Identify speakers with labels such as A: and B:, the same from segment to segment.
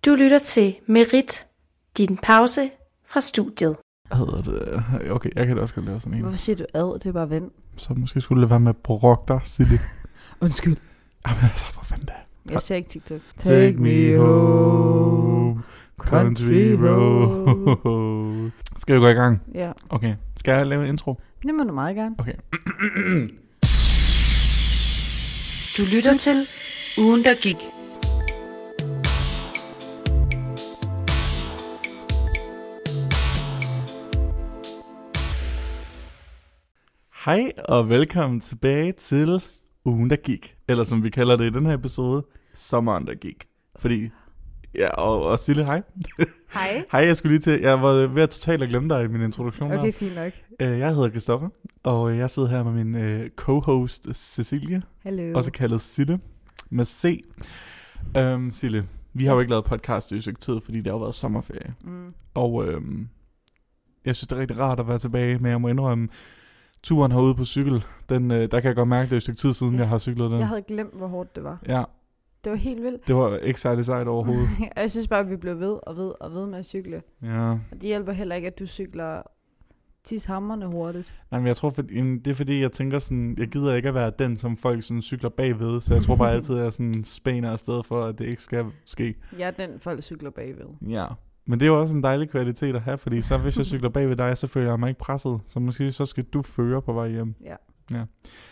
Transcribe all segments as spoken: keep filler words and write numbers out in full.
A: Du lytter til Merit, din pause fra studiet.
B: Hvad hedder det? Okay, jeg kan da også godt lave sådan en.
C: Hvorfor siger du ad? Det er bare vent.
B: Så måske skulle det være med brok dig, sig det.
C: Undskyld.
B: Jamen altså, hvor fanden det?
C: Jeg ser ikke TikTok.
B: Take me home, country road. Skal vi gå i gang?
C: Ja.
B: Okay, skal jeg lave en intro?
C: Det må du meget gerne.
B: Okay.
A: Du lytter til Ugen, der gik.
B: Hej og velkommen tilbage til Ugen, der gik. Eller som vi kalder det i den her episode, Sommeren, der gik. Fordi, ja, og, og Sille, hej.
C: Hej.
B: Hej, jeg skulle lige til, jeg var ved at totalt at glemme dig i min introduktion.
C: Okay, fint nok.
B: Uh, jeg hedder Christoffer, og jeg sidder her med min uh, co-host Cecilie.
C: Hallo.
B: Også kaldet Sille, med C. Um, Sille, vi har jo ikke lavet podcast i et stykke tid, fordi det har jo været sommerferie.
C: Mm.
B: Og um, jeg synes, det er rigtig rart at være tilbage, men jeg må indrømme, turen herude på cykel, den, uh, der kan jeg godt mærke, det er et stykke tid siden, ja. jeg har cyklet den.
C: Jeg havde glemt, hvor hårdt det var.
B: Ja.
C: Det var helt vildt.
B: Det var ikke særlig sejt overhovedet.
C: Jeg synes bare, at vi blev ved og ved og ved med at cykle.
B: Ja.
C: Og det hjælper heller ikke, at du cykler tishammerne hurtigt.
B: Nej, men jeg tror, for, det er fordi, jeg tænker sådan, jeg gider ikke at være den, som folk sådan cykler bagved, så jeg tror bare altid, at jeg sådan spæner afsted for, at det ikke skal ske.
C: Jeg er den, folk cykler bagved.
B: Ja, men det er jo også en dejlig kvalitet at have, fordi så hvis jeg cykler bagved dig, så føler jeg mig ikke presset, så måske så skal du føre på vej hjem.
C: Ja.
B: Ja.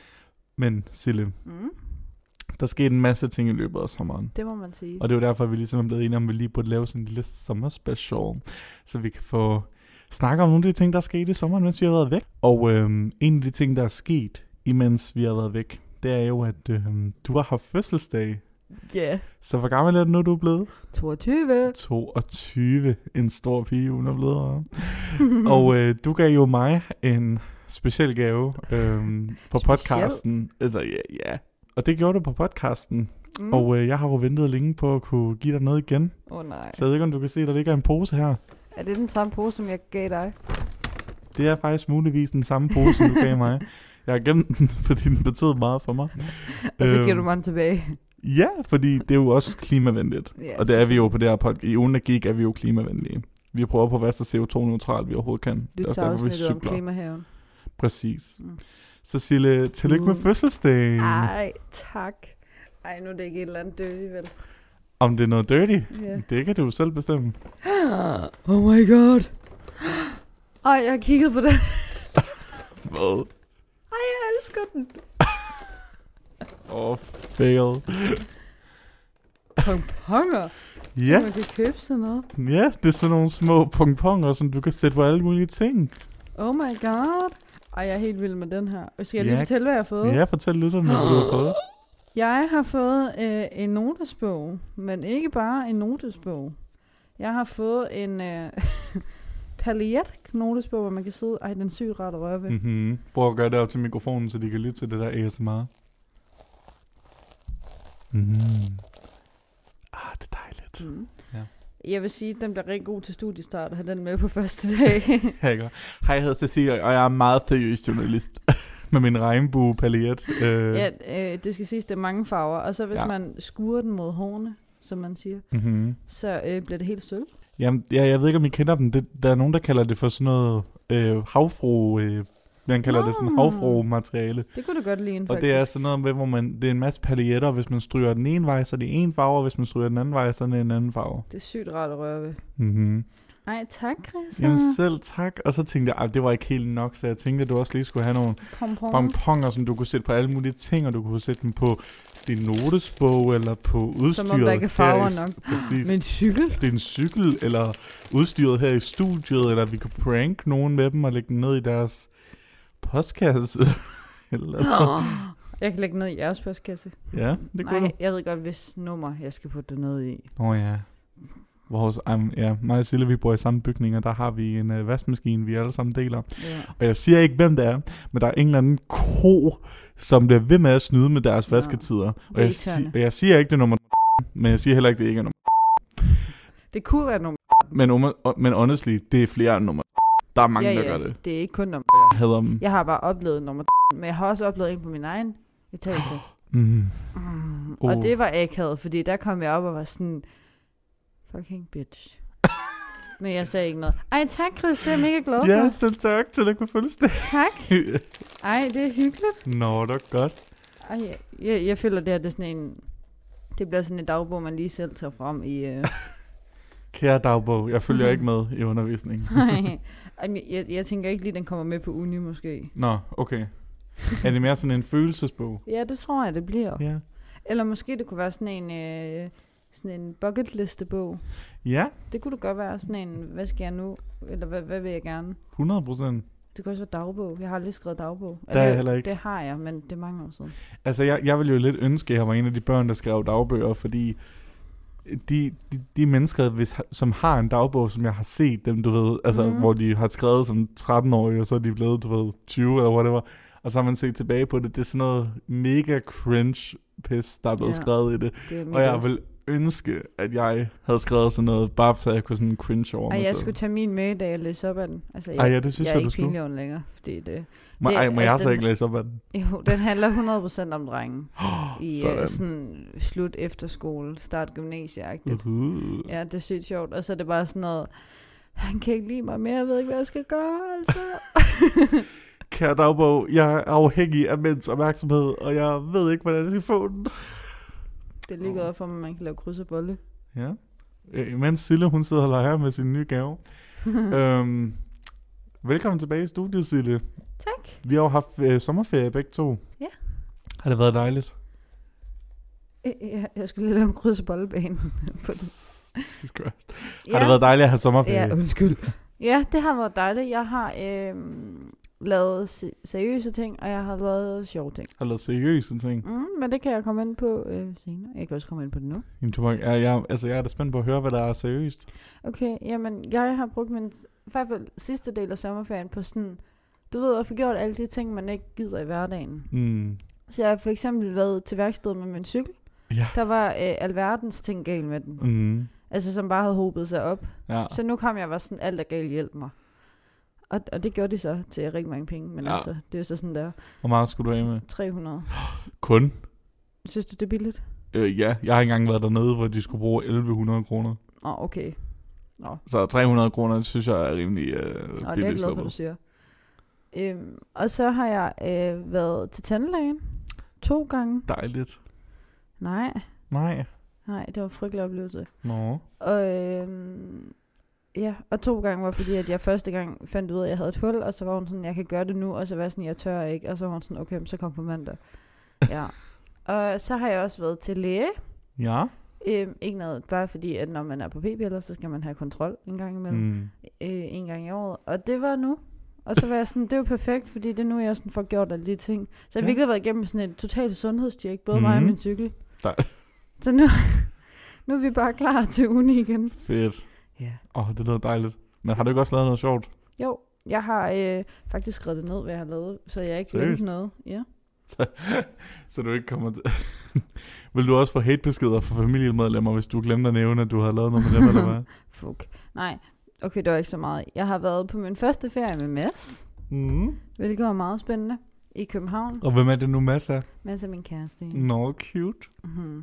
B: Men Sille,
C: Mm.
B: der skete en masse ting i løbet af sommeren.
C: Det må man sige.
B: Og det er jo derfor, at vi ligesom er blevet enige om, at vi lige burde lave sådan en lille sommerspecial, så vi kan få snakke om nogle af de ting, der er sket i sommeren, mens vi har været væk. Og øhm, en af de ting, der er sket, imens vi har været væk, det er jo, at øhm, du har haft fødselsdag.
C: Ja. Yeah.
B: Så hvor gammel er det nu, du er blevet?
C: toogtyve.
B: toogtyve. En stor pige, hun er blevet. Og øh, du gav jo mig en speciel gave øhm, på
C: Speciel?
B: podcasten. Altså, ja, ja. Og det gjorde du på podcasten.
C: Mm.
B: Og øh, jeg har jo ventet længe på at kunne give dig noget igen.
C: Åh oh, nej.
B: Så jeg ved ikke, om du kan se, der ligger en pose her.
C: Er det den samme pose, som jeg gav dig?
B: Det er faktisk muligvis den samme pose, som du gav mig. Jeg har gemt den, fordi den betød meget for mig.
C: Og så giver
B: Øhm,
C: du mig den tilbage.
B: Ja, fordi det er jo også klimavenligt.
C: Ja,
B: Og det er vi jo på det her podcast. I ugen, der gik, er vi jo klimavenlige. Vi prøver på at være så C O to neutralt, vi overhovedet kan.
C: Du
B: også
C: tager
B: derfor, vi
C: afsnittet om
B: cykler.
C: klimahaven.
B: Præcis.
C: Mm.
B: Så Sille, tillykke med
C: Mm.
B: fødselsdagen.
C: Ej, tak. Ej, nu er det ikke et eller andet dirty, vel?
B: Om det er noget dirty,
C: Ja.
B: det kan du jo selv bestemme.
C: Oh my god. Ej, jeg har kigget på det.
B: Hvad?
C: Ej, jeg elsker den.
B: Åh, oh, fail.
C: Pongponger.
B: Ja,
C: Man kan købe sådan noget.
B: ja, det er sådan nogle små pongponger, som du kan sætte på alle mulige ting.
C: Oh my god. Ej, jeg er helt vild med den her. Og skal jeg lige
B: Ja.
C: fortælle, hvad jeg har fået?
B: Ja, fortæl lytterne, hvad du har fået.
C: Jeg har fået øh, en notesbog, men ikke bare en notesbog. Jeg har fået en øh, paljet-notesbog, hvor man kan sidde... Ej, den er sygt ret at røre ved.
B: Mm-hmm. Prøv at gøre det op til mikrofonen, så de kan lytte til det der A S M R. Mm. Ah, det er dejligt.
C: Mm.
B: Ja.
C: Jeg vil sige, at den bliver rigtig god til studiestart at have den med på første dag.
B: Hej, jeg hedder Cecilia, og jeg er meget seriøs journalist. Med min regnbue-paljet. Øh.
C: Ja, øh, det skal siges, det er mange farver. Og så hvis
B: Ja.
C: ja. man skuer den mod hårene, som man siger,
B: Mm-hmm.
C: så øh, bliver det helt sølv.
B: Jamen, ja, jeg ved ikke, om I kender dem. Det, der er nogen, der kalder det for sådan noget øh, havfru... Øh, man kalder
C: Nå.
B: det sådan havfru-materiale.
C: Det kunne du godt lide,
B: Og
C: faktisk.
B: det er sådan noget med, hvor man... Det er en masse paljetter. Hvis man stryger den ene vej, så er det en farve. Og hvis man stryger den anden vej, så er det en anden farve.
C: Det er sygt rart at røre ved.
B: Mm-hmm.
C: Ej, tak, Chris.
B: Jamen selv tak. Og så tænkte jeg, at det var ikke helt nok. Så jeg tænkte, at du også lige skulle have nogle
C: Pompon.
B: pomponger, som du kunne sætte på alle mulige ting. Og du kunne sætte dem på din notesbog, eller på udstyret.
C: Som om der ikke er farver
B: her i-
C: nok.
B: Præcis.
C: Med en cykel.
B: Det er en cykel, eller udstyret her i studiet, eller vi kan prank nogen med dem og lægge dem ned i deres postkasse. eller noget.
C: Jeg kan lægge ned i jeres postkasse.
B: Ja, det kunne
C: Nej,
B: du.
C: jeg ved godt, hvis nummer jeg skal putte det ned i.
B: Åh oh, ja. Vores, um, ja, mig og Sille, vi bor i samme bygning, og der har vi en uh, vaskemaskine, vi alle sammen deler.
C: Ja.
B: Og jeg siger ikke, hvem det er, men der er en eller anden ko, som bliver ved med at snyde med deres
C: Ja.
B: vasketider. Og
C: er
B: jeg, si-
C: irriterende.
B: og jeg siger ikke, det er nummer men jeg siger heller ikke, det ikke er nummer.
C: Det kunne være nummer.
B: Men, um, men honestly, det er flere end nummer. Der er mange,
C: ja,
B: der
C: ja,
B: gør det.
C: det er ikke kun nummer.
B: Jeg hader dem.
C: Jeg har bare oplevet nummer. Men jeg har også oplevet en på min egen etage.
B: Mm.
C: Mm.
B: Oh.
C: Og det var akavet, fordi der kom jeg op og var sådan... Fucking bitch. Men jeg sagde ikke noget. Ej, tak, Chris. Det er jeg mega glad for.
B: Ja, så tak til at kunne fødselsdag.
C: Tak. Ej, det er hyggeligt.
B: Nå, det er godt.
C: Ej, jeg, jeg, jeg føler, det her, det er sådan en... Det bliver sådan en dagbog, man lige selv tager frem i... Øh...
B: Kære dagbog, jeg følger ikke med i undervisningen.
C: Nej, jeg, jeg, jeg tænker ikke lige, den kommer med på uni måske.
B: Nå, okay. Er det mere sådan en følelsesbog?
C: Ja, det tror jeg, det bliver.
B: Ja.
C: Eller måske det kunne være sådan en, øh, sådan en bucket listebog.
B: Ja,
C: Det kunne det godt være sådan en, hvad skal jeg nu? Eller hvad, hvad vil jeg gerne?
B: hundrede procent.
C: Det kunne også være dagbog. Jeg har aldrig skrevet dagbog.
B: Der er jeg heller ikke.
C: Det har jeg, men det er mange år siden.
B: Altså, jeg, jeg ville jo lidt ønske, at jeg var en af de børn, der skrev dagbøger, fordi de, de, de mennesker, hvis, som har en dagbog, som jeg har set dem, du ved, altså,
C: Mhm.
B: mm. hvor de har skrevet som tretten-årige, og så er de blevet, du ved, tyve eller whatever, og så har man set tilbage på det, det er sådan noget mega cringe pis, der er blevet
C: Ja.
B: skrevet i det.
C: Det er mit
B: Og jeg
C: også.
B: vil ønske, at jeg havde skrevet sådan noget, bare så jeg kunne sådan cringe over
C: Ej,
B: mig
C: jeg
B: selv.
C: skulle tage min med, da jeg læste op af den. Altså, jeg,
B: Ej, ja, det synes
C: jeg
B: jeg,
C: er
B: du
C: ikke
B: skulle.
C: pinlig længere, fordi det...
B: Må,
C: det-
B: ej, må
C: altså,
B: jeg så
C: den-
B: ikke læse op af den?
C: Jo, den handler hundrede procent om drengen. I
B: Sådan.
C: uh, sådan slut efterskole, start gymnasieagtigt.
B: Uh-huh.
C: Ja, det er sygt sjovt. Og så er det bare sådan noget, han kan ikke lide mig mere, jeg ved ikke, hvad jeg skal gøre, altså.
B: Kære dagbog, jeg er afhængig af mænds opmærksomhed, og jeg ved ikke, hvordan jeg skal få den.
C: Det er lige godt for mig, at man kan lave kryds og bolle.
B: Ja. Øh, Imens Sille, hun sidder og leger med sin nye gave. øhm, velkommen tilbage i studiet, Sille.
C: Tak.
B: Vi har jo haft øh, sommerferie begge to.
C: Ja.
B: Har det været dejligt?
C: Jeg, jeg skulle lige lave en kryds og bollebane på den.
B: Jesus Christ. Har det været dejligt at have sommerferie?
C: Ja, undskyld. Ja, det har været dejligt. Jeg har øh, lavet se- seriøse ting, og jeg har lavet sjove ting.
B: Har du lavet seriøse ting?
C: Mm, men det kan jeg komme ind på øh, senere. Jeg kan også komme ind på det nu.
B: Jamen, du må, jeg, jeg, altså, jeg er da spændt på at høre, hvad der er seriøst.
C: Okay, jamen, jeg har brugt min, i hvert fald sidste del af sommerferien på sådan, du ved, at få gjort alle de ting, man ikke gider i hverdagen.
B: Mm.
C: Så jeg har for eksempel været til værkstedet med min cykel.
B: Ja.
C: Der var øh, alverdens ting galt med den.
B: Mm.
C: Altså, som bare havde hobet sig op.
B: Ja.
C: Så nu kom jeg og var sådan, alt er galt, hjælp mig. Og, og det gjorde de så til rigtig mange penge. Men
B: Ja.
C: ja. altså, det er jo så sådan der,
B: Hvor meget skulle du af med?
C: tre hundrede.
B: Kun?
C: Synes du, det er billigt?
B: Øh, ja, jeg har ikke engang været dernede, hvor de skulle bruge elleve hundrede kroner.
C: Åh, oh, okay. Nå,
B: Så tre hundrede kroner, synes jeg er rimelig øh,
C: og det er jeg
B: billigt
C: glad for,
B: sluppet.
C: du siger. Øhm, og så har jeg øh, været til tandlægen to gange.
B: Dejligt.
C: Nej,
B: Nej.
C: nej, det var en frygtelig oplevelse.
B: Nå.
C: Og, øhm, ja, og to gange var fordi, at jeg første gang fandt ud af, at jeg havde et hul, og så var hun sådan, jeg kan gøre det nu, og så var jeg sådan, jeg tør ikke, og så var hun sådan, okay, så kom på mandag. Ja. Og så har jeg også været til læge.
B: Ja.
C: Øhm, ikke noget, bare fordi, at når man er på p-piller, så skal man have kontrol en gang imellem.
B: Mm.
C: Øh, en gang i året. Og det var nu. Og så var jeg sådan, det var perfekt, fordi det er nu, jeg sådan får gjort alle de ting. Så jeg har
B: Ja.
C: virkelig været igennem sådan et totalt sundhedstjek, både mm. mig og
B: Mhm.
C: min cykel.
B: Der.
C: Så nu, nu er vi bare klar til uni igen.
B: Fedt.
C: Ja.
B: Åh, oh, det lyder dejligt. Men har du ikke også lavet noget sjovt?
C: Jo, jeg har øh, faktisk skrevet det ned, hvad jeg har lavet, så jeg ikke
B: Seriøst?
C: glemte noget. Ja.
B: Så du ikke kommer til... Vil du også få hatebeskeder fra familiemedlemmer, hvis du glemte at nævne, at du har lavet noget med dem, eller hvad?
C: Fuck. Nej, okay, det var ikke så meget. Jeg har været på min første ferie med Mads,
B: Mm.
C: hvilket var meget spændende, i København.
B: Og hvem er det nu, Mads er?
C: Mads er min kæreste.
B: Nå, cute.
C: Mm-hmm.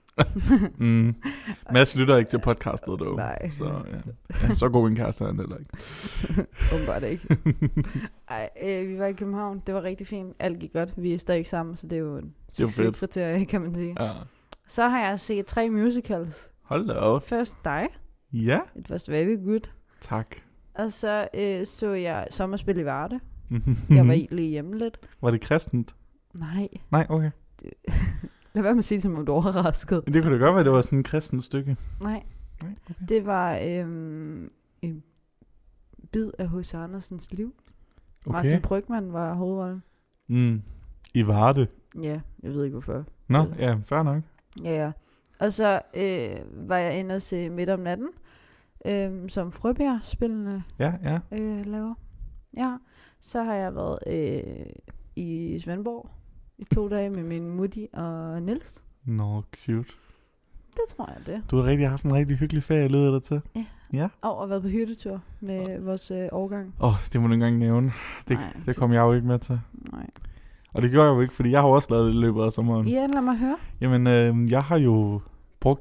B: Mm. Mads lytter ikke til podcastet, dog.
C: Nej.
B: Så, ja. Ja, så god en kæreste er han heller ikke.
C: Åbenbart ikke. Ej, øh, vi var i København. Det var rigtig fint. Alt gik godt. Vi er stadig sammen, så det er jo en
B: Det er jo fedt.
C: succeskriterie, kan man sige.
B: Ja.
C: Så har jeg set tre musicals.
B: Hold da op.
C: Først dig.
B: Ja,
C: It was very good.
B: tak.
C: Og så øh, så jeg Sommerspil i Varde. Jeg var i lige hjemme lidt.
B: Var det kristent?
C: Nej.
B: Nej, okay.
C: Lad være med at sige, som om du er overrasket.
B: Det kunne da godt være, det var sådan et kristent stykke.
C: Nej.
B: Nej, okay.
C: Det var øhm, en bid af H C Andersens liv.
B: Okay.
C: Martin Brygmann var hovedrollen.
B: Mm. I Varde.
C: Ja, jeg ved ikke hvorfor.
B: Nå,
C: Det-
B: ja, fair nok.
C: Ja, ja. Og så øh, var jeg inde og se Midt om natten, øh, som Frøbjerg-spillende
B: Ja, ja.
C: øh, laver. Ja. Så har jeg været øh, i Svendborg i to dage med min mutti og Niels.
B: Nå, cute.
C: Det tror jeg det.
B: Du har rigtig haft en rigtig hyggelig ferie, lyder det til.
C: Ja.
B: Ja.
C: Og at været på hyttetur med vores øh, årgang.
B: Åh, oh, det må du ikke engang nævne. Det,
C: Nej,
B: det kom jeg jo ikke med til.
C: Nej.
B: Og det gør jeg jo ikke, fordi jeg har jo også lavet det i løbet af sommeren.
C: Ja, lad mig høre.
B: Jamen, øh, jeg har jo brugt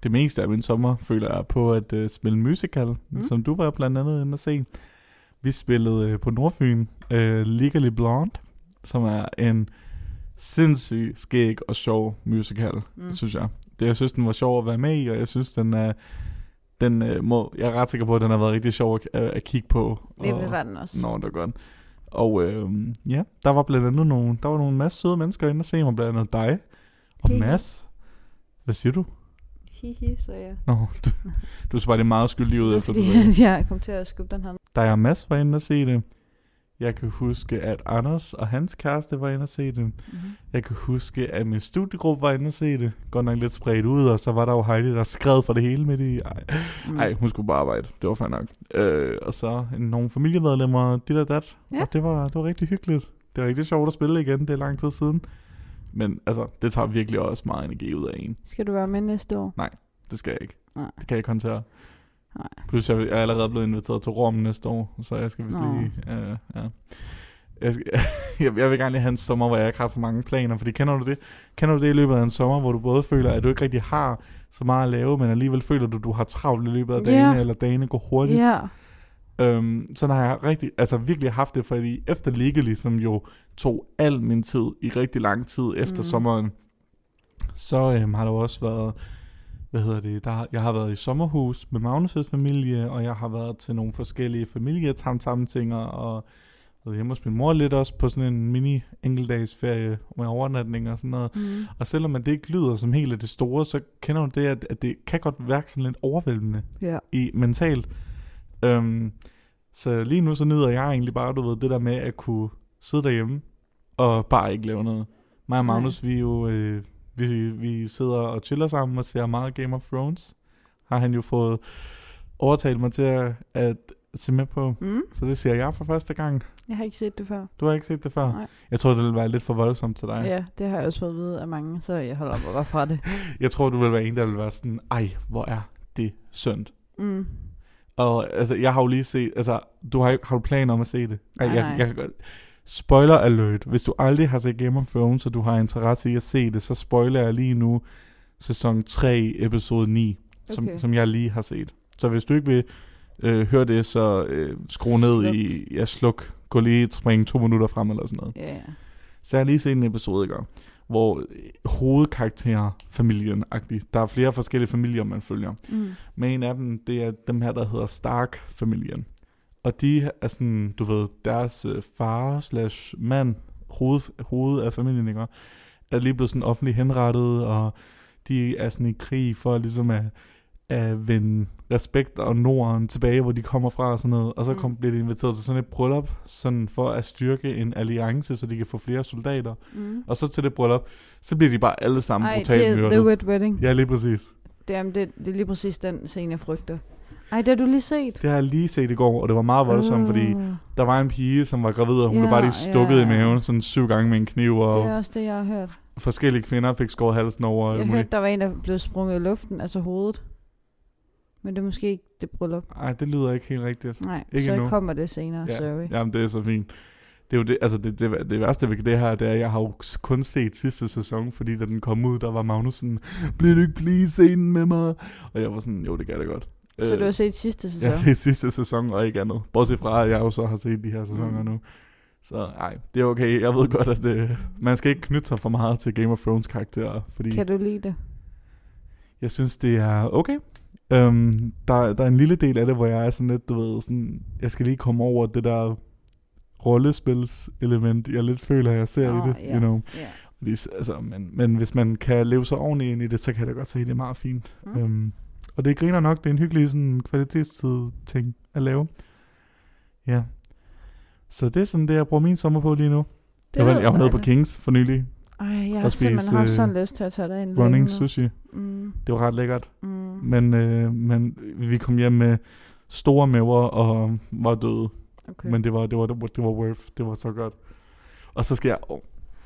B: det meste af min sommer, føler jeg, på at uh, spille musical, mm. som du var blandt andet inde at se. Vi spillede uh, på Nordfyn uh, Legally Blonde, som er en sindssyg skæg og sjov musical, mm. synes jeg. Det, jeg synes, den var sjov at være med i, og jeg synes, den er... Den, uh, må, jeg er ret sikker på, at den har været rigtig sjov at, at kigge på.
C: Det vil være den også.
B: Nå, det var godt. Og øh, ja, der var blandt andet nogle, der var nogle masse søde mennesker inde og se mig, blandt andet dig og
C: Hihi.
B: Mads. Hvad siger du?
C: Hihi, så ja.
B: Nå, du, du så bare det meget skyldig ud efter
C: fordi,
B: det.
C: jeg kom til at skubbe den her.
B: Der og Mads var inde og se det. Jeg kan huske, at Anders og hans kæreste var inde og se det. Mm-hmm. Jeg kan huske, at min studiegruppe var inde og se det. Godt nok lidt spredt ud, og så var der jo Heidi, der skrev for det hele midt i. Ej, mm. Ej hun skulle bare arbejde. Det var fandme nok. Øh, og så nogle familiemedlemmer, dit og dat. Ja. Og det var, det var rigtig hyggeligt. Det var rigtig sjovt at spille igen. Det er lang tid siden. Men altså, det tager virkelig også meget energi ud af en.
C: Skal du være med næste år?
B: Nej, det skal jeg ikke.
C: Nej.
B: Det kan jeg ikke håndtere.
C: Nej.
B: Plus jeg er allerede blevet inviteret til Rom næste år, så jeg skal vist
C: Nå.
B: lige... Uh, ja. jeg, skal, jeg, jeg vil gerne lige have en sommer, hvor jeg ikke har så mange planer, fordi kender du det? Kender du det i løbet af en sommer, hvor du både føler, at du ikke rigtig har så meget at lave, men alligevel føler du, at du har travlt i løbet af dagene, yeah. eller dagene går hurtigt?
C: Ja. Yeah.
B: Um, sådan har jeg rigtig, altså virkelig haft det, fordi efter Legally, som jo tog al min tid i rigtig lang tid efter mm. sommeren, så um, har der jo også været... Hvad hedder det? Der, jeg har været i sommerhus med Magnus' familie, og jeg har været til nogle forskellige familietamtamtinger, og været hjemme hos min mor lidt også på sådan en mini enkeltdagsferie med overnatning og sådan noget. Mm. Og selvom det ikke lyder som helt af det store, så kender du det, at, at det kan godt virke sådan lidt overvældende
C: yeah.
B: i mentalt. Um, så lige nu så nyder jeg egentlig bare, du ved, det der med at kunne sidde derhjemme og bare ikke lave noget. Mig og Magnus, vi er jo... Øh, Vi, vi sidder og chiller sammen og ser meget Game of Thrones. Har han jo fået overtalt mig til at, at se med på. Mm. Så det ser jeg for første gang.
C: Jeg har ikke set det før.
B: Du har ikke set det før?
C: Nej.
B: Jeg tror, det ville være lidt for voldsomt til dig.
C: Ja, det har jeg også fået at vide af mange, så jeg holder bare fra det.
B: Jeg tror, du vil være en, der vil være sådan, ej, hvor er det synd. Mm. Og altså, jeg har jo lige set, altså, du har, har du planer om at se det?
C: Nej,
B: jeg,
C: nej.
B: Jeg, jeg kan godt... Spoiler alert. Hvis du aldrig har set Game of Thrones, og du har interesse i at se det, så spoiler jeg lige nu sæson tre, episode ni, okay. som, som jeg lige har set. Så hvis du ikke vil øh, høre det, så øh, skru ned sluk. i... Ja, sluk. Gå lige springe to minutter frem eller sådan noget.
C: Yeah.
B: Så jeg har lige set en episode, ikke? Hvor hovedkarakterfamilien-agtigt. Der er flere forskellige familier, man følger. Mm. Men en af dem, det er dem her, der hedder Stark-familien. Og de er sådan, du ved, deres øh, far slash mand, hoved, hoved af familien, ikke? Er lige blevet sådan offentligt henrettet, og de er sådan i krig for ligesom at, at vende respekt og Norden tilbage, hvor de kommer fra og sådan noget. Og så kom, mm. bliver de inviteret til sådan et bryllup, sådan for at styrke en alliance, så de kan få flere soldater. Mm. Og så til det bryllup, så bliver de bare alle sammen
C: Ej,
B: brutalt myrdet.
C: Ej, det er The Wet Wedding.
B: Ja, lige præcis.
C: Det er, det, det er lige præcis den scene, jeg frygter. Ej, det har du lige set?
B: Det har jeg lige set i går, og det var meget voldsomt, uh. fordi der var en pige, som var gravid, og hun yeah, blev bare lige stukket yeah. i maven sådan syv gange med en kniv. Og
C: det er også det, jeg har hørt.
B: Forskellige kvinder fik skåret halsen over.
C: Jeg hørte, der var en, der blev sprunget i luften, altså hovedet. Men det er måske ikke det bryllup.
B: Nej, det lyder ikke helt rigtigt.
C: Nej,
B: ikke
C: så
B: endnu.
C: kommer det senere,
B: ja.
C: sorry.
B: Jamen, det er så fint. Det er jo det, altså det, det, det værste ved det her, det er, at jeg har jo kun set sidste sæson, fordi da den kom ud, der var Magnus sådan, bliver du ikke please se den med mig? Og jeg var sådan, jo, det kan jeg da godt.
C: Så du har set sidste sæson?
B: Jeg har set sidste sæson og ikke andet. Bortset fra, at jeg jo så har set de her sæsoner mm. nu. Så nej, det er okay. Jeg ved godt, at det, man skal ikke knytte sig for meget til Game of Thrones karakterer. Fordi
C: kan du lide det?
B: Jeg synes, det er okay. Um, der, der er en lille del af det, hvor jeg er sådan lidt, du ved, sådan, jeg skal lige komme over det der rollespilselement, jeg lidt føler, at jeg ser oh, i det. Yeah, you know? Yeah. Fordi, altså, men, men hvis man kan leve sig ordentligt ind i det, så kan jeg da godt se, at det er meget fint. Mm. Um, Og det griner nok, det er en hyggelig sådan kvalitetstid-ting at lave. Ja. Så det er sådan det, jeg bruger min sommer på lige nu. Det jeg var, jeg var nede på Kings for nylig.
C: Ej, jeg har simpelthen haft sådan lyst til at tage dig ind.
B: Running sushi. Mm. Det var ret lækkert. Mm. Men, øh, men vi kom hjem med store mæver og var døde. Okay. Men det var, det, var, det, var, det var worth. Det var så godt. Og så skal jeg... Oh,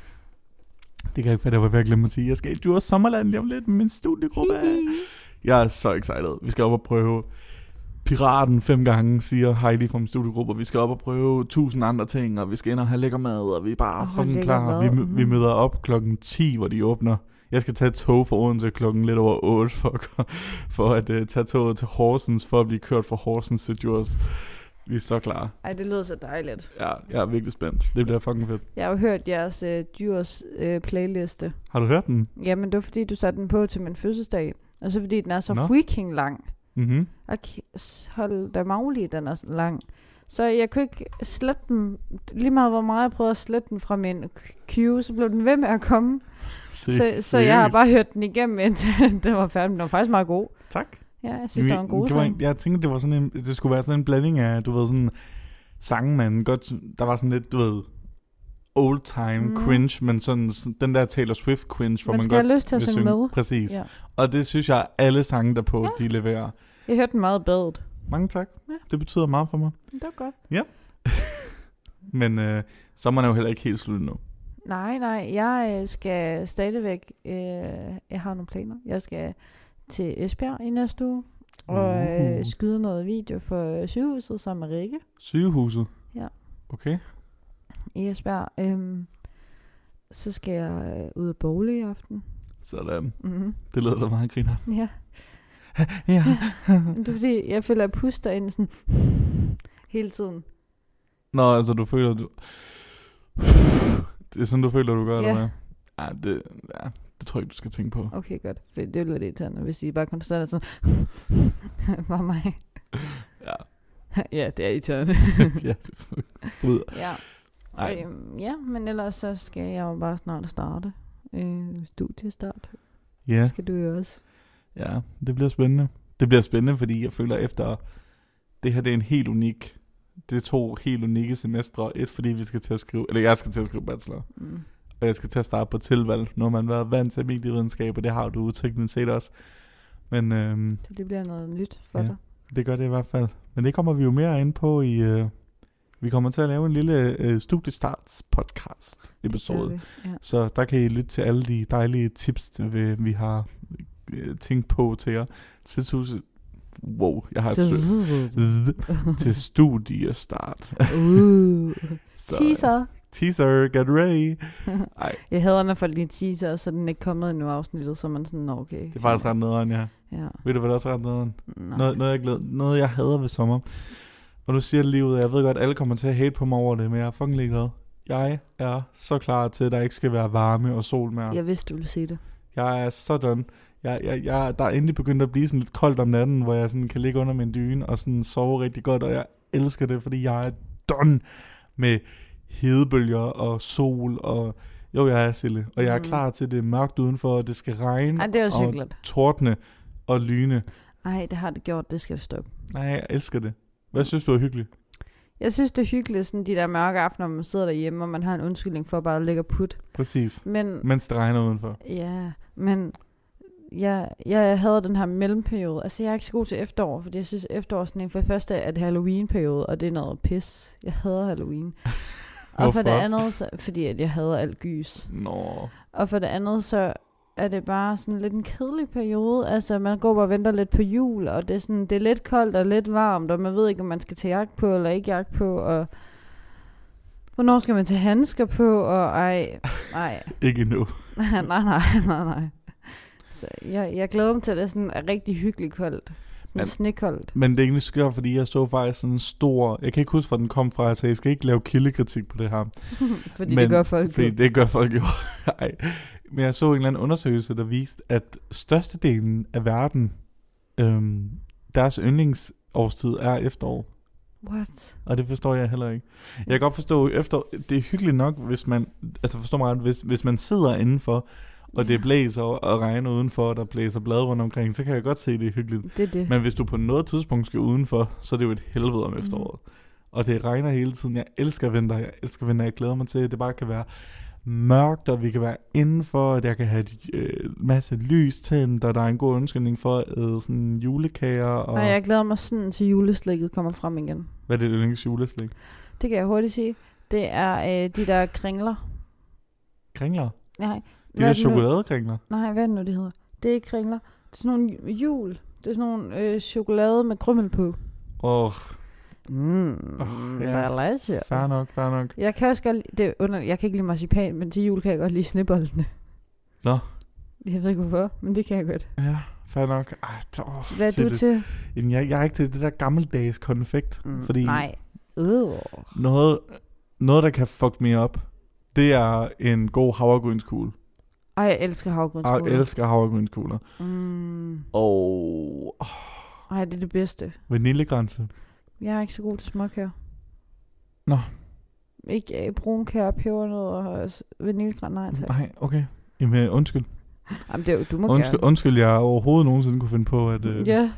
B: det kan jeg ikke, hvad det var ved at glemme at sige. Jeg skal i Djurs Sommerland lige om lidt med min studiegruppe. Jeg er så excited. Vi skal op og prøve Piraten fem gange, siger Heidi fra min studiegruppe. Vi skal op og prøve tusind andre ting, og vi skal ind og have lækker mad, og vi er bare oh, fucking klar. Vi, vi møder op klokken ti, hvor de åbner Jeg skal tage et tog fra Odense klokken lidt over otte for, for at uh, tage toget til Horsens, for at blive kørt fra Horsens til Djurs. Vi er så klar.
C: Ej, det lyder så dejligt.
B: Ja, jeg er virkelig spændt. Det bliver fucking fedt.
C: Jeg har jo hørt jeres øh, Djurs øh, playliste.
B: Har du hørt den?
C: Jamen, det var fordi, du satte den på til min fødselsdag. Og så fordi, den er så
B: Nå.
C: freaking lang.
B: Mhm.
C: Okay, hold da maglig, den er så lang. Så jeg kunne ikke slette den. Lige meget hvor meget jeg prøvede at slette den fra min queue, så blev den ved med at komme. Så, så jeg har bare hørt den igennem, indtil den var færdig. Den var faktisk meget god.
B: Tak.
C: Ja, jeg synes, det var en god
B: det var
C: sang.
B: en, Jeg tænkte, det var sådan en, det skulle være sådan en blanding af, du ved, sådan sange, man godt, der var sådan lidt, du ved, old time
C: Mm.
B: cringe, men sådan, sådan den der Taylor Swift cringe, hvor
C: Man
B: man,
C: skal
B: godt
C: have lyst til at
B: vil
C: synge med.
B: Præcis.
C: Ja.
B: Og det synes jeg, alle sange derpå,
C: Ja.
B: de leverer.
C: Jeg hørte den meget badet.
B: Mange tak.
C: Ja.
B: Det betyder meget for mig.
C: Det var godt.
B: Men øh, så er man jo heller ikke helt slut nu.
C: Nej, nej. Jeg øh, skal stadigvæk... Øh, jeg har nogle planer. Jeg skal til Esbjerg i næste uge. Og øh,
B: Uh.
C: skyde noget video for øh, sygehuset sammen med Rikke
B: Sygehuset?
C: Ja.
B: Okay.
C: i Esbjerg. Øhm, så skal jeg øh, ud og bowle i aften.
B: Sådan.
C: Mm-hmm.
B: Det lyder da meget griner.
C: Ja.
B: Ja.
C: Men det er fordi, jeg føler, at jeg puster ind sådan hele tiden.
B: Nå, altså du føler, du... Det er sådan, du føler, du gør,
C: Ja.
B: eller hvad? Ja, det, ja, det tror jeg ikke, du skal tænke på.
C: Okay, godt. For det er jo lidt irriterende, hvis I bare konstant er sådan... Bare mig.
B: Ja.
C: Ja, det er irriterende.
B: Ja, bryder.
C: Ja.
B: Ej.
C: Øhm, ja, men ellers så skal jeg jo bare snart starte. Øh, studiestart.
B: Ja,
C: Det skal du jo også.
B: ja, det bliver spændende. Det bliver spændende, fordi jeg føler efter... Det her, det er en helt unik... Det er to helt unikke semestre. Et, fordi vi skal til at skrive... Eller jeg skal til at skrive bachelor.
C: Mm.
B: Og jeg skal til at starte på tilvalg, når man har været vant til medievidenskab, og det har du teknisk set også. Men øhm,
C: Så det bliver noget nyt for
B: Ja.
C: dig.
B: det gør det i hvert fald. Men det kommer vi jo mere ind på i... Øh, vi kommer til at lave en lille øh, studiestarts podcast episode.
C: Det gør vi. Ja.
B: Så der kan I lytte til alle de dejlige tips, vi, vi har øh, tænkt på til jer. Til studie... Wow, jeg har et til studiestart.
C: uh.
B: Så,
C: Teaser.
B: Teaser, get ready. Ej,
C: Jeg hader, når folk lige teaser, så er den ikke kommet endnu afsnittet, så er man sådan, nå, okay.
B: det er faktisk ret nederen, ja.
C: Ja.
B: Ved du, hvad der også er ret nederen?
C: Nej.
B: Noget, noget, jeg glæder, noget, jeg hader ved sommer. Og nu siger det lige ud, jeg ved godt, alle kommer til at hate på mig over det, men jeg er fucking ligeglad. Jeg er så klar til, at der ikke skal være varme og sol mere.
C: Jeg vidste, du ville sige det.
B: Jeg er sådan... Jeg, jeg, jeg, der er endelig begyndt at blive sådan lidt koldt om natten, hvor jeg sådan kan ligge under min dyne og sådan sove rigtig godt, og jeg elsker det, fordi jeg er done med hedebølger og sol, og jo, jeg er stille, og jeg er
C: Mhm.
B: klar til, det er mørkt udenfor, og det skal regne,
C: Ej, det er også
B: og
C: hyggeligt.
B: tordne og lyne.
C: Ej, det har det gjort, det skal stoppe.
B: Nej, jeg elsker det. Hvad synes du er hyggeligt?
C: Jeg synes, det er hyggeligt, sådan de der mørke aftener, når man sidder derhjemme, og man har en undskyldning for bare at ligge og putte.
B: Præcis.
C: Men,
B: Mens det regner udenfor.
C: ja, men jeg, jeg havde den her mellemperiode. Altså, jeg er ikke så god til efterår, fordi jeg synes, efterår sådan en, for det første er det Halloween-periode, og det er noget pis. Jeg hader Halloween. Og for det
B: Hvorfor?
C: andet, så, fordi at jeg hader alt gys.
B: Nå.
C: Og for det andet, så er det bare sådan lidt en kedelig periode. Altså, man går bare og venter lidt på jul, og det er, sådan, det er lidt koldt og lidt varmt, og man ved ikke, om man skal tage jagt på eller ikke jagt på, og hvornår skal man tage handsker på, og ej, ej.
B: Ikke endnu.
C: nej, nej, nej, nej. Så jeg, jeg glæder mig til, at det er sådan rigtig hyggeligt koldt. Sådan
B: Men-
C: snekoldt.
B: Men det er egentlig skørt, fordi jeg så faktisk sådan en stor... Jeg kan ikke huske, hvor den kom fra. Jeg sagde, jeg skal ikke lave kildekritik på det her.
C: Fordi
B: Men-
C: det gør folk
B: Fordi
C: jo.
B: det gør folk jo. Ej. Men jeg så en eller anden undersøgelse, der viste, at størstedelen af verden, øhm, deres yndlingsårstid er efterår.
C: What?
B: Og det forstår jeg heller ikke. Jeg kan godt forstå, efter det er hyggeligt nok, hvis man... Altså forstår mig ret, hvis, hvis man sidder indenfor, og det
C: Ja.
B: blæser og regner udenfor, og der blæser blade rundt omkring, så kan jeg godt se, at det er hyggeligt.
C: Det er det.
B: Men hvis du på noget tidspunkt skal udenfor, så er det jo et helvede om efteråret. Mm. Og det regner hele tiden. Jeg elsker vinter. Jeg elsker vinter. Jeg glæder mig til, at det bare kan være mørkt, og vi kan være indenfor, at jeg kan have en øh, masse lys tændt, og der er en god undskyldning for at æde sådan julekager. Og
C: Nej, jeg glæder mig sådan til juleslikket kommer frem igen.
B: hvad er det yndlings juleslik?
C: Det kan jeg hurtigt sige. Det er øh, de der kringler.
B: Kringler?
C: Nej.
B: De der chokoladekringler?
C: Nej, hvad er det nu, det hedder? Det er ikke kringler. Det er sådan nogle jul. Det er sådan nogle øh, chokolade med krymmel på.
B: Åh, oh,
C: Mm,
B: Åh,
C: ja.
B: ja.
C: Delicious.
B: fair nok, fair nok.
C: Jeg kan også godt lide, det er under, jeg kan ikke lide marcipan, men til jul kan jeg godt lide sneboltene.
B: Nå.
C: Jeg ved ikke hvorfor, men det kan jeg godt.
B: Ja, fair nok. Ej, åh,
C: Hvad er du
B: det.
C: til?
B: Jamen, jeg, jeg er ikke til det der gammeldags konfekt.
C: Mm,
B: fordi
C: nej. Øh.
B: noget, noget, der kan fuck me op, det er en god havregrynskugle.
C: Ej, jeg elsker havregrynskugler.
B: Jeg elsker havregrynskugler.
C: Mm.
B: Og oh,
C: Ej, det er det bedste.
B: vaniljegrænse.
C: Jeg er ikke så god til småkager.
B: Nå.
C: Ikke uh, brunkær, pebernødder og vaniljegrænse. Nej, tak.
B: Nej, okay. Jamen, undskyld.
C: Jamen, det er jo, du må
B: Undskyld,
C: gerne.
B: undskyld, jeg overhovedet nogensinde kunne finde på, at... Øh...
C: Ja.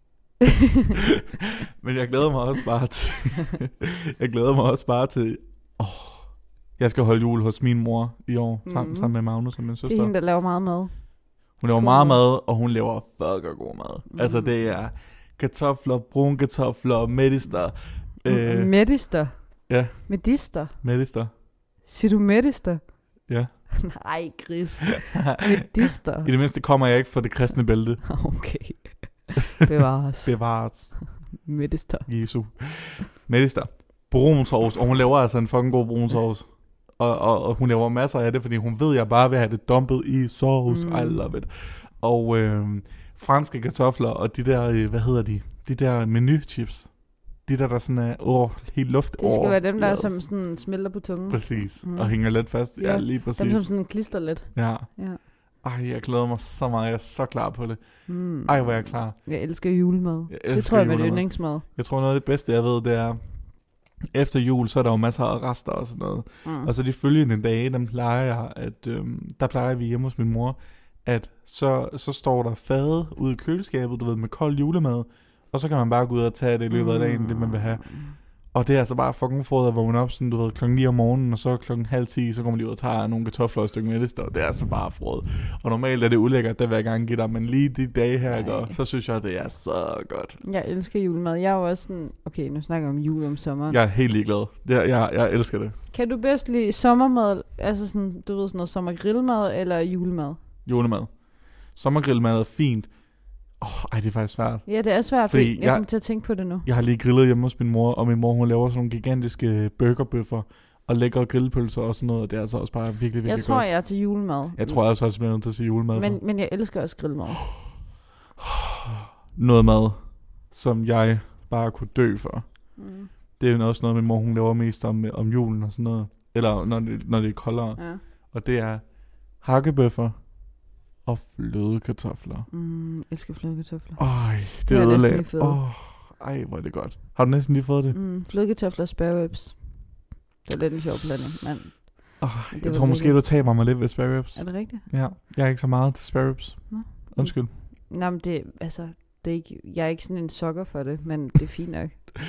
B: Men jeg glæder mig også bare til... jeg glæder mig også bare til... Oh, jeg skal holde jul hos min mor i år, sammen,
C: Mhm.
B: sammen med Magnus og min søster.
C: Det er hende, der laver meget mad.
B: Hun laver
C: God
B: meget
C: mad.
B: mad, og hun laver fucker god mad.
C: Mm.
B: Altså, det er kartofler, brune kartofler, medister.
C: Øh.
B: Øh,
C: Medister.
B: ja.
C: Medister.
B: medister.
C: Siger du medister?
B: Ja.
C: Nej, gris. Medister.
B: I det mindste kommer jeg ikke fra det kristne bælte.
C: Okay. Bevares.
B: Bevares.
C: Medister.
B: Jesu. Medister. Brun sovs, og hun laver altså en fucking god brun sovs. Og, og, og hun laver masser af det, fordi hun ved, at jeg bare vil have det dumpet i sovs.
C: Mm.
B: I love it. Og øh, franske kartofler, og de der, øh, hvad hedder de? De der menuchips. De der, der sådan er åh, helt luft
C: Det skal
B: over.
C: være dem, der
B: Yes.
C: som sådan smelter på tungen.
B: Præcis.
C: Mm.
B: Og hænger lidt fast. Ja,
C: Ja,
B: lige
C: Dem, som
B: præcis.
C: sådan klister lidt.
B: Ja.
C: Ja.
B: Ej, jeg glæder mig så meget. Jeg er så klar på det.
C: Mm.
B: Ej, hvor er jeg klar.
C: Jeg elsker julemad.
B: Jeg
C: Det
B: elsker
C: tror jeg er mit
B: julemad.
C: yndlingsmad.
B: Jeg tror, noget af det bedste, jeg ved, det er, efter jul, så er der jo masser af rester og sådan noget.
C: Mm.
B: Og så de følgende dage, dem plejer jeg, at, øhm, der plejer vi hjemme hos min mor, at så, så står der fade ude i køleskabet, du ved, med kold julemad, og så kan man bare gå ud og tage det i løbet af dagen, det man vil have. Og det er altså bare fucking frød at vågne op, sådan, du ved, klokken ni om morgenen, og så klokken halv ti, så kommer de ud og tager nogle kartofler og et stykke medister, og det er altså bare frød. Og normalt er det ulækkert, det vil jeg gerne give dig, men lige de dage her, jeg gør, så synes jeg, det er så godt.
C: Jeg elsker julemad. Jeg er jo også sådan... Okay, nu snakker jeg om jul om sommeren.
B: Jeg er helt ligeglad. Det er, jeg, jeg elsker det.
C: Kan du bedst lide sommermad? Altså sådan, du ved, sådan noget sommergrillmad eller julemad?
B: Julemad. Sommergrillmad er fint. Åh, oh, ej, det er faktisk svært.
C: Ja, det er svært,
B: Fordi
C: fordi jeg,
B: jeg-
C: jeg kommer til at tænke på det nu.
B: Jeg har lige grillet hjemme hos min mor, og min mor, hun laver sådan nogle gigantiske burgerbøffer og lækre grillpølser og sådan noget, og det er altså også bare virkelig, virkelig
C: Jeg tror,
B: godt.
C: jeg er til julemad.
B: Jeg tror altså også, at jeg er nødt til at sige julemad.
C: Men,
B: for.
C: men jeg elsker også grillmad.
B: Noget mad, som jeg bare kunne dø for.
C: Mm.
B: Det er jo også noget, min mor, hun laver mest om, om julen og sådan noget. Eller når det, når det er koldere.
C: Ja.
B: Og det er hakkebøffer og flødekartofler.
C: Mm, elsker flødekartofler.
B: Ej, det,
C: Det
B: er
C: har jeg næsten
B: ødelagt.
C: lige fået.
B: Åh, ej, hvor er det godt. Har du næsten lige fået det?
C: Mm, flødekartofler og spærribs. Det er lidt en sjov blanding, men
B: Oh,
C: Det
B: jeg
C: var
B: tror måske,
C: virkelig-
B: du taber mig lidt ved spare ribs.
C: er det rigtigt?
B: Ja, jeg er ikke så meget til spare ribs.
C: Nå.
B: Undskyld.
C: Nej, men det, altså, det er ikke, jeg er ikke sådan en sokker for det, men det er fint nok.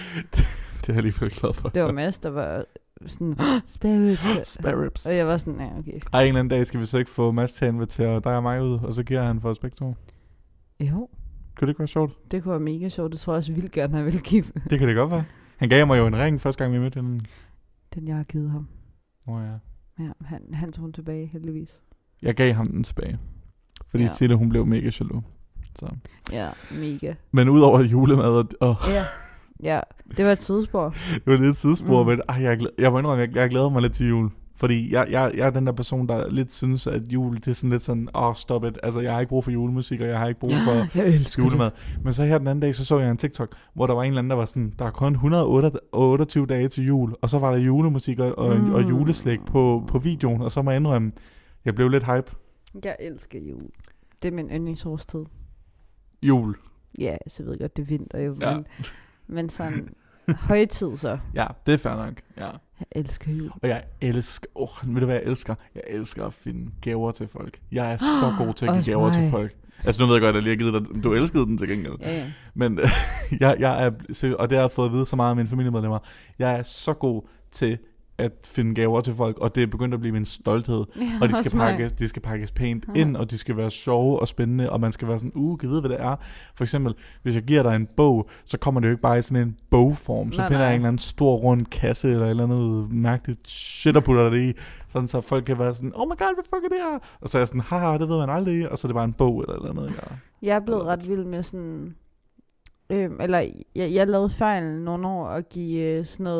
B: Det er jeg alligevel glad for.
C: Det var Mads, der var sådan, sparribs.
B: Spare ribs.
C: Og jeg var sådan, ja, okay.
B: Ej, en eller anden dag skal vi så ikke få Mads til at invitere dig og mig ud, og så giver han for os begge to.
C: Jo,
B: Kunne det ikke være sjovt?
C: det kunne være mega sjovt. Det tror jeg også vildt gerne, han ville give.
B: Det kan det godt være. Han gav mig jo en ring første gang, vi mødte hinanden.
C: Den, jeg har givet ham.
B: Åh oh, ja.
C: Ja, han, han tog den tilbage, heldigvis.
B: Jeg gav ham den tilbage. Fordi
C: Ja.
B: ja. Tille, hun blev mega jaloux. Så.
C: Ja, mega.
B: Men udover julemad, og, og
C: Ja, ja, det var et sidespor.
B: det var lidt et sidespor,
C: Mm.
B: mm. men ej, jeg, er glad- jeg må indrømme, jeg, jeg glæder mig lidt til jul. Fordi jeg, jeg, jeg er den der person, der lidt synes, at jul, det er sådan lidt sådan, åh, oh, stop it. Altså, jeg har ikke brug for julemusik, og jeg har ikke brug for
C: Jeg elsker
B: julemad. Men så her den anden dag, så så jeg en TikTok, hvor der var en eller anden, der var sådan, der er kun et hundrede og otteogtyve dage til jul, og så var der julemusik og, og,
C: Mm.
B: og juleslæg på, på videoen, og så må jeg indrømme, jeg blev lidt hype.
C: Jeg elsker jul. Det er min yndlingsårstid.
B: Jul.
C: Ja, så ved jeg godt, det er vinter jo,
B: Ja.
C: men, men sådan højtid så.
B: Ja, det er fair nok. Ja.
C: Jeg elsker jul.
B: Og jeg elsker, åh, oh, ved du hvad jeg elsker? Jeg elsker at finde gaver til folk. Jeg er så god til at give
C: Også
B: gaver til
C: mig.
B: folk. Altså nu ved jeg godt, at jeg lige har givet dig, du elskede den til gengæld.
C: Ja, ja.
B: Men jeg, jeg er, så- og det har jeg fået at vide så meget af mine familiemedlemmer, jeg er så god til at finde gaver til folk, og det er begyndt at blive min stolthed.
C: Ja,
B: Og de skal,
C: også mig.
B: pakkes, de skal pakkes pænt
C: Ja.
B: ind, og de skal være sjove og spændende, og man skal være sådan, uh, kan vide, hvad det er. For eksempel, hvis jeg giver dig en bog, så kommer det jo ikke bare i sådan en bogform. Så
C: Nej,
B: finder
C: nej.
B: jeg en eller anden stor rund kasse, eller et eller andet mærkeligt shit, og putter det i. Sådan så folk kan være sådan, oh my god, hvad fuck er det her? Og så er jeg sådan, haha, det ved man aldrig. Og så er det bare en bog, eller et eller andet. Ja.
C: Jeg er blevet ret vild med sådan... Øhm, eller jeg, jeg lavede fejl nogle år at give øh, sådan noget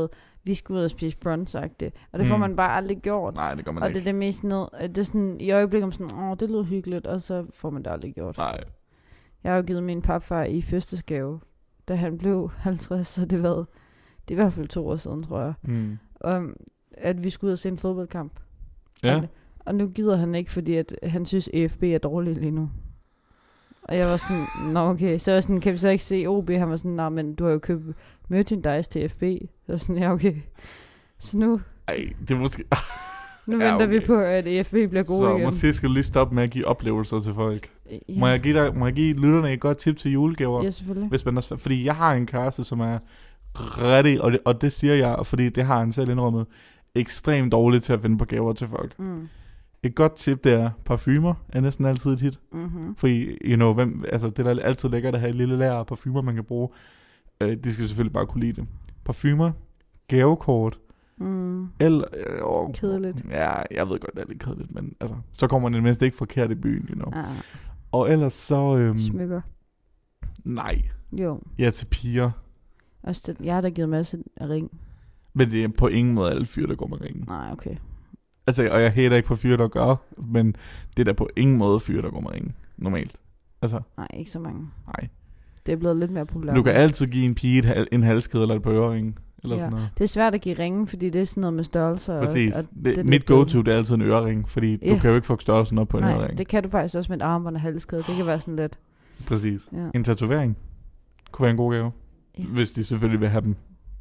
C: vi skal ud og spise brunch-agtigt. Og det får
B: Mm.
C: man bare aldrig gjort.
B: Nej, det gør man
C: Og
B: ikke.
C: det er det mest ned, det er sådan, i øjeblikket om sådan, åh, det lyder hyggeligt, og så får man det aldrig gjort.
B: Nej.
C: Jeg har jo givet min papfar i fødselsgave, da han blev halvtreds, så det var, det er i hvert fald to år siden, tror jeg.
B: Mm.
C: Om, at vi skulle ud og se en fodboldkamp.
B: Ja.
C: Og, og nu gider han ikke, fordi at han synes, E F B er dårlig lige nu. Og jeg var sådan, nå okay, så var jeg sådan, kan vi så ikke se O B? Han var sådan, nej, men du har jo købt merchandise til F B. Så sådan, ja okay. Så nu,
B: Ej, det er måske...
C: nu
B: Ja,
C: venter vi
B: okay.
C: på, at E F B bliver gode
B: Så
C: igen.
B: måske skal du lige stoppe med at give oplevelser til folk.
C: Ja.
B: Må jeg give, dig, må jeg give lytterne et godt tip til julegaver?
C: Ja, selvfølgelig.
B: Hvis man er svæ- fordi jeg har en kæreste, som er rigtig, og det, og det siger jeg, fordi det har han selv indrømmet, ekstremt dårligt til at finde på gaver til folk.
C: Mm.
B: Et godt tip, det er parfumer, er næsten altid et hit.
C: Mm-hmm.
B: Fordi, you know, hvem, altså, det er da altid lækkert at have et lille lager af parfumer, man kan bruge. Øh, de skal selvfølgelig bare kunne lide det. Parfumer, gavekort,
C: Mm.
B: eller... Øh, åh,
C: Kedeligt.
B: Ja, jeg ved godt, det er lidt kedeligt, men altså, så kommer man mindst ikke forkert i byen, you know.
C: Ah,
B: Og ellers så... Øhm,
C: smykker.
B: nej,
C: Jo.
B: ja, til piger.
C: Også det, jeg har da givet masse af ring.
B: Men det er på ingen måde alle fyre, der går med ringen.
C: Nej, okay.
B: Altså, og jeg hater ikke på fyre, der gør, men det er da på ingen måde fyre, der går med ringen. Normalt. Altså,
C: Nej, ikke så mange.
B: nej.
C: Det er blevet lidt mere populært.
B: Du kan altid give en pige et hal- en halskæde eller et par øreringe. Eller
C: Ja.
B: sådan noget.
C: Det er svært at give ringe, fordi det er sådan noget med størrelser.
B: Præcis.
C: Og, og
B: det,
C: det er
B: mit
C: lidt
B: go-to,
C: kedeligt.
B: det er altid en ørering, fordi
C: Ja.
B: du kan jo ikke få størrelsen op på en
C: Nej,
B: ørering.
C: det kan du faktisk også med et armbånd og halskæde. Det kan være sådan lidt.
B: Præcis.
C: Ja.
B: En tatovering kunne være en god gave.
C: Ja.
B: Hvis de selvfølgelig vil have dem.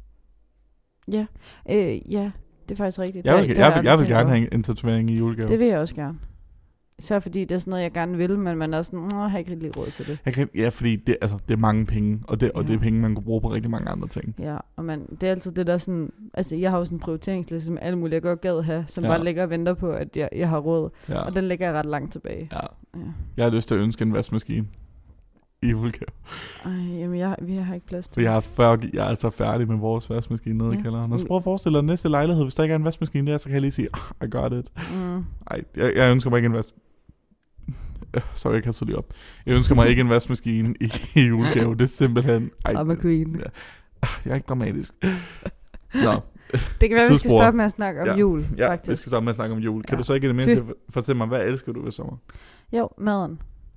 C: Ja, øh, ja, det er faktisk rigtigt.
B: Jeg vil,
C: Det-
B: jeg,
C: det har
B: jeg, vil,
C: aldrig
B: jeg vil
C: tænkt
B: gerne
C: over.
B: have en tatovering i julegave.
C: Det vil jeg også gerne. Især fordi det er sådan noget, jeg gerne vil, men man er sådan, åh, jeg har ikke rigtig råd til det.
B: Jeg kan, ja, fordi det, altså, det er mange penge, og det, og
C: Ja.
B: det er penge, man kan bruge på rigtig mange andre ting.
C: Ja, og man, det er altid det der sådan, altså jeg har jo sådan en prioriteringsliste med alle mulige, jeg godt gad have, som
B: Ja.
C: ja. bare ligger og venter på, at jeg, jeg har råd.
B: Ja.
C: Og den ligger jeg ret langt tilbage.
B: ja.
C: Ja.
B: Jeg har lyst til at ønske en vaskemaskine i julegave.
C: Ej, jamen jeg, vi har ikke plads til
B: For jeg er, før, jeg er så færdig med vores vaskemaskine nede
C: Ja.
B: i kælderen. Og så prøv at forestille dig næste lejlighed, hvis der ikke er en vaskemaskine der, så kan jeg lige sige, ah, I got it.
C: Mm.
B: Ej, jeg, jeg ønsker mig ikke en vask... Øh, Sorry, jeg kaster lige op. Jeg ønsker mig ikke en vaskemaskine i, i julegave. Det er simpelthen... Ej,
C: I'm a queen.
B: Ja. Jeg er ikke dramatisk. Nå,
C: Det kan være, vi skal
B: Sidespor.
C: stoppe med at snakke om
B: Ja.
C: jul,
B: ja, vi
C: faktisk.
B: skal stoppe med at snakke om jul. Kan
C: Ja.
B: du så ikke i det mindste fortælle mig, hvad elsker du ved sommer?
C: Jo, maden.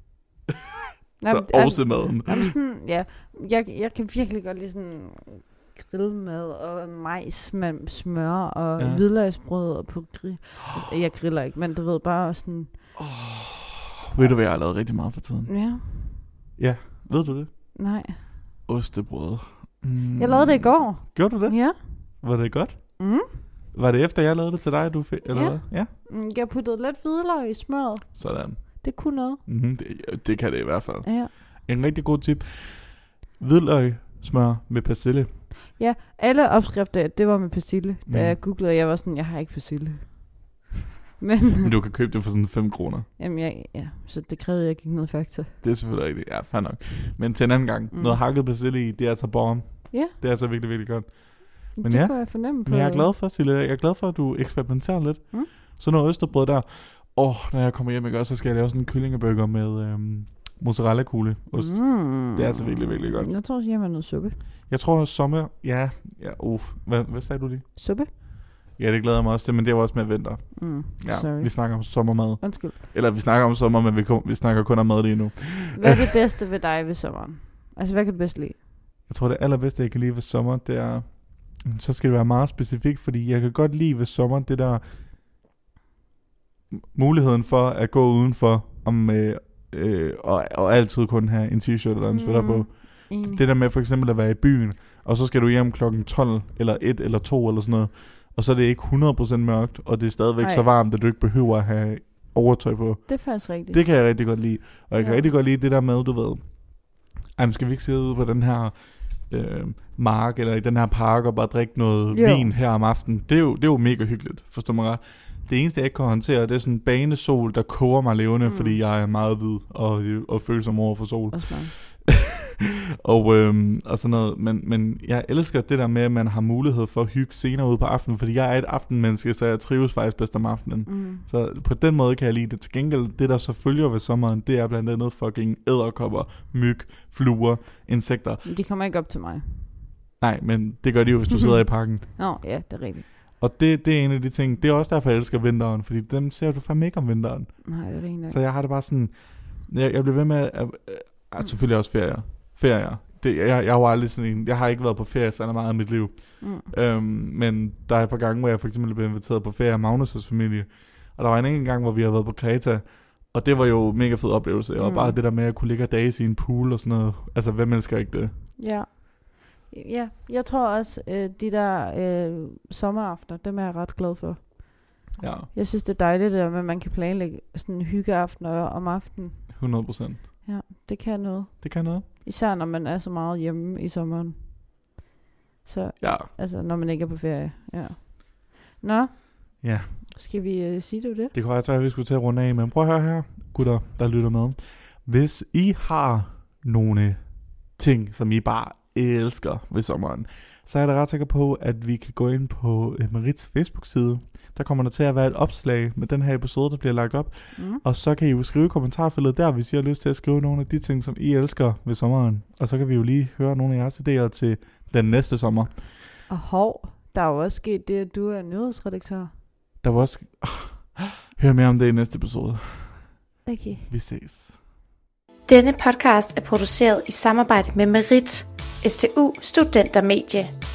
B: Så også maden.
C: Jamen sådan, ja, jeg, jeg kan virkelig godt lide sådan grillmad og majs med smør og
B: Ja.
C: ja. hvidløgsbrød og på grill. Altså, jeg griller ikke, men du ved bare sådan,
B: Ved du, hvad jeg har lavet rigtig meget for tiden?
C: ja,
B: Ja, ved du det?
C: nej.
B: Ostebrød. Mm.
C: Jeg lavede det i går.
B: Gjorde du det?
C: Ja.
B: Var det godt?
C: Mm.
B: Var det efter, jeg lavede det til dig, du fik, eller
C: Ja.
B: hvad? Ja.
C: Mm, Jeg puttede lidt hvidløg i smøret.
B: Sådan.
C: Det kunne noget.
B: Mm-hmm. Det, det kan det i hvert fald.
C: Ja.
B: En rigtig god tip. Hvidløg, smør med persille.
C: Ja, alle opskrifter, det var med persille. Da
B: Mm.
C: jeg googlede, jeg var sådan, jeg har ikke persille. Men,
B: Men du kan købe det for sådan fem kroner.
C: jamen, jeg, ja, så det krævede, at jeg gik ned i Fakta.
B: Det er selvfølgelig rigtigt. Ja, fair nok. Men til en anden gang.
C: Mm.
B: Noget hakket persille i, det er altså bomb.
C: Ja.
B: Det er altså virkelig, virkelig godt. Men
C: det
B: ja.
C: kunne jeg fornemme på.
B: Men jeg er glad for, Sille. Jeg er glad for, at du eksperimenterer lidt.
C: Mm.
B: Så noget østerbrød der. Åh, oh, når jeg kommer hjem, ikke, også, så skal jeg lave sådan en kyllingebøger med øhm, mozzarella-kugle ost.
C: Mm.
B: Det er altså virkelig, virkelig godt.
C: Jeg tror også, jeg har noget suppe.
B: Jeg tror, at sommer... Ja, ja uff. Hvad, hvad sagde du lige?
C: Suppe?
B: Ja, det glæder jeg mig også til, men det er jo også med vinter.
C: Mm.
B: Ja,
C: Sorry.
B: vi snakker om sommermad.
C: Undskyld.
B: Eller vi snakker om sommer, men vi, kom, vi snakker kun om mad lige nu.
C: Hvad er det bedste ved dig ved sommeren? Altså, hvad kan du bedst lide?
B: Jeg tror, det allerbedste, jeg kan lide ved sommer, det er... Så skal det være meget specifikt, fordi jeg kan godt lide ved sommer, det der... Muligheden for at gå udenfor, om, øh, øh, og, og altid kun have en t-shirt eller en sweater på.
C: Enig.
B: Det der med for eksempel at være i byen, og så skal du hjem klokken tolv, eller et, eller to, eller sådan noget. Og så er det ikke hundrede procent mørkt, og det er stadigvæk
C: Ej.
B: så varmt, at du ikke behøver at have overtøj på.
C: Det er faktisk rigtigt.
B: Det kan jeg rigtig godt lide. Og jeg kan
C: Ja.
B: rigtig godt lide det der med, du ved, ej, skal vi ikke sidde ude på den her øh, mark, eller i den her park, og bare drikke noget
C: Jo.
B: vin her om aftenen. Det er, jo, det er jo mega hyggeligt, forstår mig ret. Det eneste, jeg ikke kan håndtere, det er sådan en banesol, der koger mig levende,
C: Mm.
B: mm. fordi jeg er meget hvid og, og følsom over for sol.
C: Også mig.
B: og, øhm, og sådan noget. Men, men jeg elsker det der med, at man har mulighed for at hygge senere ude på aftenen, fordi jeg er et aftenmenneske, så jeg trives faktisk bedst om aftenen.
C: Mm.
B: Så på den måde kan jeg lide det. Til gengæld, det der så følger ved sommeren, det er blandt andet fucking edderkopper, myg, fluer, insekter.
C: Men de kommer ikke op til mig.
B: Nej, men det gør de jo, hvis du sidder i parken.
C: Nå, ja, det er rigtigt.
B: Og det, det er en af de ting, det er også derfor, jeg elsker vinteren, fordi dem ser du fandme ikke om vinteren.
C: Nej, det er rigtigt.
B: Så jeg har det bare sådan, jeg, jeg bliver ved med, at, at, at selvfølgelig også ferier. Ferier. Det, jeg, jeg har jo aldrig sådan en, jeg har ikke været på ferie så meget i mit liv. Mm. Øhm, men der er et par gange, hvor jeg for eksempel blev inviteret på ferie af Magnus' familie. Og der var en enkelt gang, hvor vi har været på Kreta. Og det var jo en mega fed oplevelse. Mm. Og bare det der med at kunne ligge og dage i en pool og sådan noget. Altså, hvem elsker ikke det?
C: Ja. Ja, jeg tror også, øh, de der øh, sommeraftener, dem er jeg ret glad for.
B: Ja.
C: Jeg synes, det er dejligt, det der med, at man kan planlægge sådan en hyggeaften om aftenen.
B: hundrede procent.
C: Ja, det kan noget.
B: Det kan noget.
C: Især når man er så meget hjemme i sommeren. Så,
B: ja.
C: Altså, når man ikke er på ferie. Ja. Nå.
B: Ja.
C: Skal vi øh, sige det det?
B: Det kunne også være, at vi skulle til at runde af, men prøv at høre her, gutter, der lytter med. Hvis I har nogle ting, som I bare elsker ved sommeren, så er jeg da ret sikker på, at vi kan gå ind på uh, Merits Facebook-side. Der kommer der til at være et opslag med den her episode, der bliver lagt op. Mm. Og så kan I jo skrive i kommentarfeltet der, hvis I har lyst til at skrive nogle af de ting, som I elsker ved sommeren. Og så kan vi jo lige høre nogle af jeres idéer til den næste sommer.
C: Og hov, der er jo også sket det, at du er nyhedsredaktør.
B: Der var også... Hør mere om det i næste episode.
C: Okay.
B: Vi ses.
A: Denne podcast er produceret i samarbejde med Merit, S T U Studentermedie.